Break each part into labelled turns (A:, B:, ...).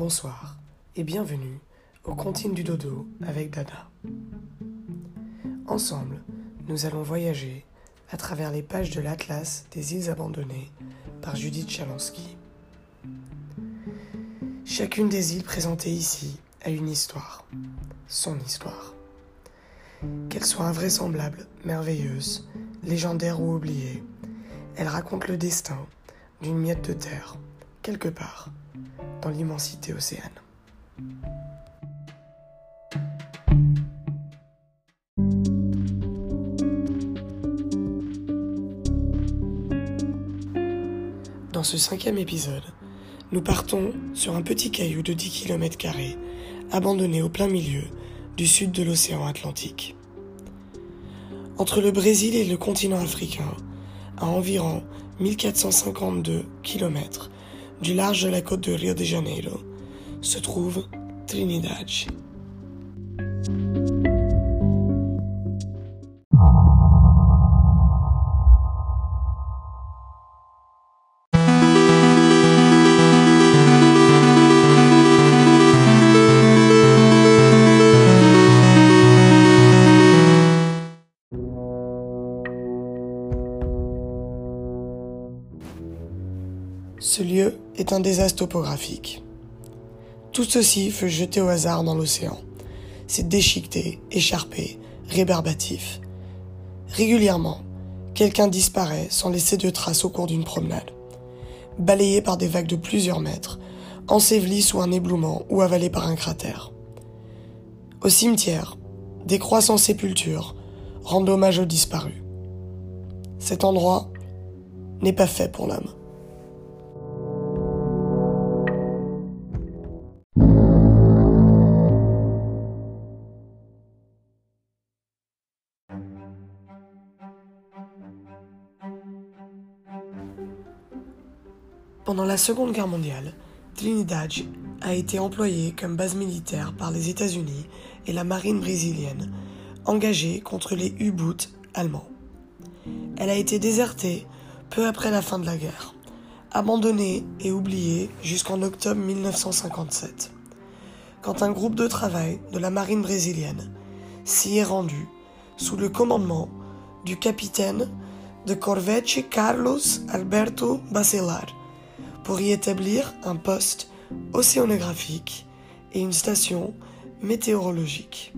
A: Bonsoir et bienvenue aux Comptines du Dodo avec Dada. Ensemble, nous allons voyager à travers les pages de l'Atlas des îles abandonnées par Judith Chalansky. Chacune des îles présentées ici a une histoire, son histoire. Qu'elle soit invraisemblable, merveilleuse, légendaire ou oubliée, elle raconte le destin d'une miette de terre, quelque part, dans l'immensité océane. Dans ce 5e épisode, nous partons sur un petit caillou de 10 km², abandonné au plein milieu du sud de l'océan Atlantique. Entre le Brésil et le continent africain, à environ 1452 km du large de la côte de Rio de Janeiro, se trouve Trinidad. Ce lieu est un désastre topographique. Tout ceci fut jeté au hasard dans l'océan. C'est déchiqueté, écharpé, rébarbatif. Régulièrement, quelqu'un disparaît sans laisser de traces au cours d'une promenade. Balayé par des vagues de plusieurs mètres, enseveli sous un éblouement ou avalé par un cratère. Au cimetière, des croix sans sépulture rendent hommage aux disparus. Cet endroit n'est pas fait pour l'homme. Pendant la Seconde Guerre mondiale, Trinidad a été employée comme base militaire par les États-Unis et la marine brésilienne, engagée contre les U-boots allemands. Elle a été désertée peu après la fin de la guerre, abandonnée et oubliée jusqu'en octobre 1957, quand un groupe de travail de la marine brésilienne s'y est rendu sous le commandement du capitaine de corvette Carlos Alberto Bacelar, pour y établir un poste océanographique et une station météorologique.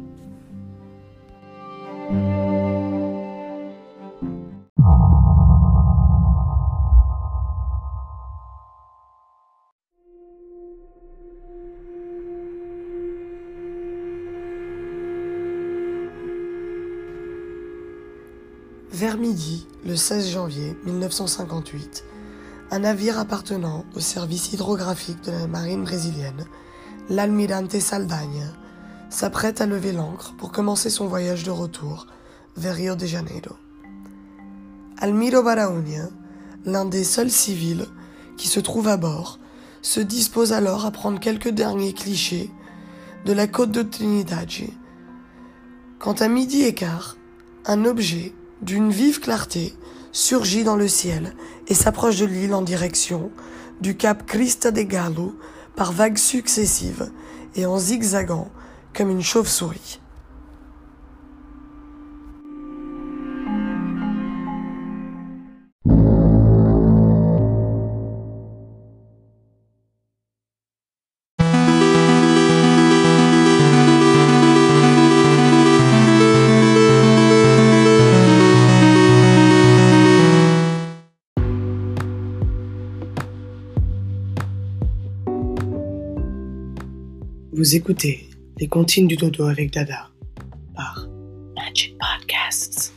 A: Vers midi, le 16 janvier 1958, un navire appartenant au service hydrographique de la marine brésilienne, l'Almirante Saldanha, s'apprête à lever l'ancre pour commencer son voyage de retour vers Rio de Janeiro. Almiro Baraúna, l'un des seuls civils qui se trouve à bord, se dispose alors à prendre quelques derniers clichés de la côte de Trinidad. Quand à midi et quart, un objet d'une vive clarté surgit dans le ciel et s'approche de l'île en direction du cap Crista de Galo par vagues successives et en zigzagant comme une chauve-souris. Vous écoutez les Comptines du Dodo avec Dada par Magic Podcasts.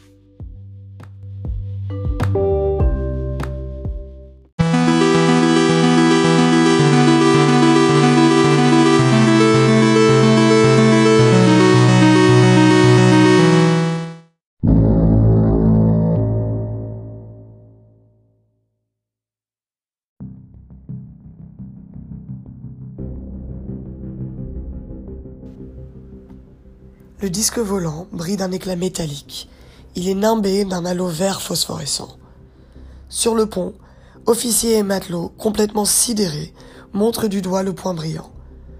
A: Le disque volant brille d'un éclat métallique. Il est nimbé d'un halo vert phosphorescent. Sur le pont, officiers et matelots, complètement sidérés, montrent du doigt le point brillant.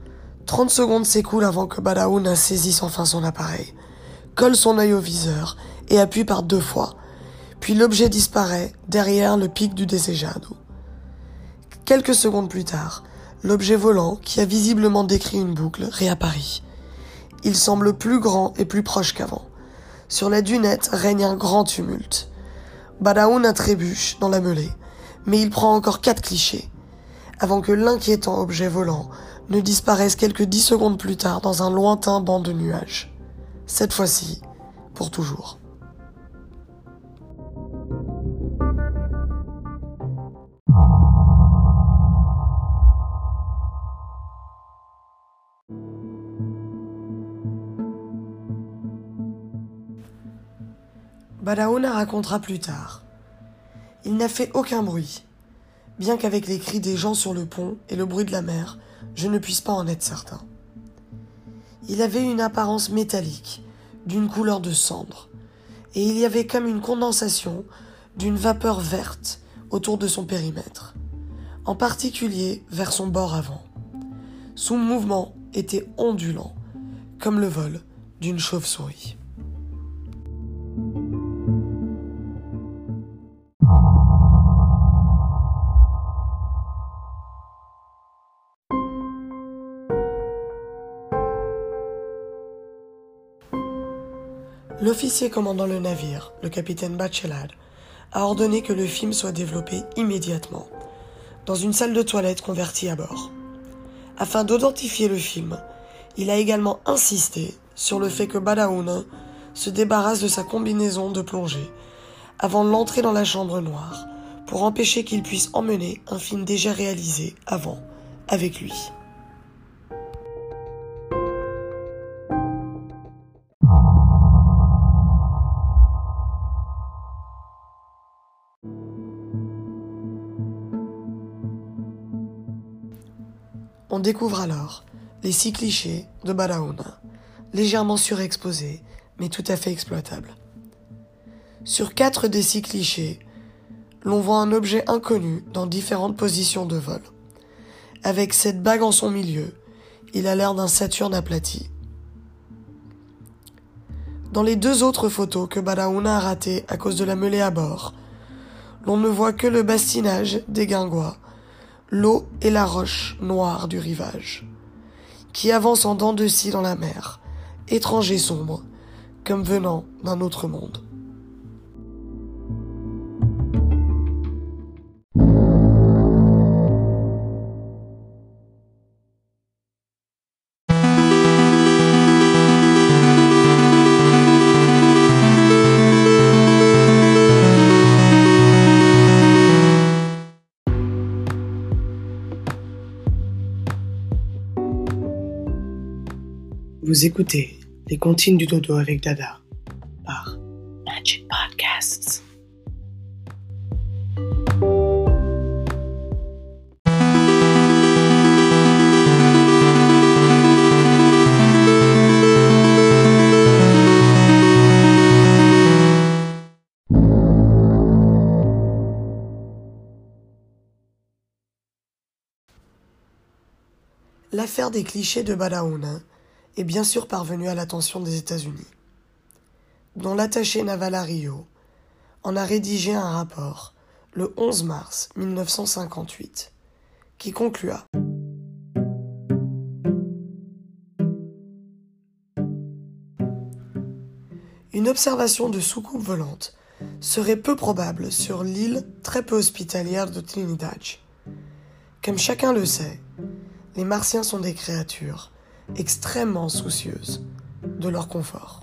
A: 30 secondes s'écoulent avant que Badaouna saisisse enfin son appareil, colle son œil au viseur et appuie par 2 fois. Puis l'objet disparaît derrière le pic du desejado. Quelques secondes plus tard, l'objet volant, qui a visiblement décrit une boucle, réapparaît. Il semble plus grand et plus proche qu'avant. Sur la dunette règne un grand tumulte. Badaouna trébuche dans la mêlée, mais il prend encore 4 clichés, avant que l'inquiétant objet volant ne disparaisse quelques 10 secondes plus tard dans un lointain banc de nuages. Cette fois-ci, pour toujours. Badaouna racontera plus tard. Il n'a fait aucun bruit, bien qu'avec les cris des gens sur le pont et le bruit de la mer, je ne puisse pas en être certain. Il avait une apparence métallique, d'une couleur de cendre, et il y avait comme une condensation d'une vapeur verte autour de son périmètre, en particulier vers son bord avant. Son mouvement était ondulant, comme le vol d'une chauve-souris. L'officier commandant le navire, le capitaine Bachelard, a ordonné que le film soit développé immédiatement, dans une salle de toilette convertie à bord. Afin d'identifier le film, il a également insisté sur le fait que Badaouna se débarrasse de sa combinaison de plongée avant l'entrée dans la chambre noire, pour empêcher qu'il puisse emmener un film déjà réalisé avant avec lui. On découvre alors les 6 clichés de Badaouna, légèrement surexposés, mais tout à fait exploitables. Sur 4 des 6 clichés, l'on voit un objet inconnu dans différentes positions de vol. Avec cette bague en son milieu, il a l'air d'un Saturne aplati. Dans les 2 autres photos que Badaouna a ratées à cause de la mêlée à bord, l'on ne voit que le bastinage des guingois, l'eau et la roche noire du rivage, qui avance en dents de scie dans la mer, étrange et sombre, comme venant d'un autre monde. Vous écoutez Les Comptines du Dodo avec Dada par Magic Podcasts. L'affaire des clichés de Badaouna est bien sûr parvenue à l'attention des États-Unis, dont l'attaché naval à Rio en a rédigé un rapport le 11 mars 1958 qui conclua: une observation de soucoupe volante serait peu probable sur l'île très peu hospitalière de Trinidad. Comme chacun le sait, les Martiens sont des créatures extrêmement soucieuses de leur confort.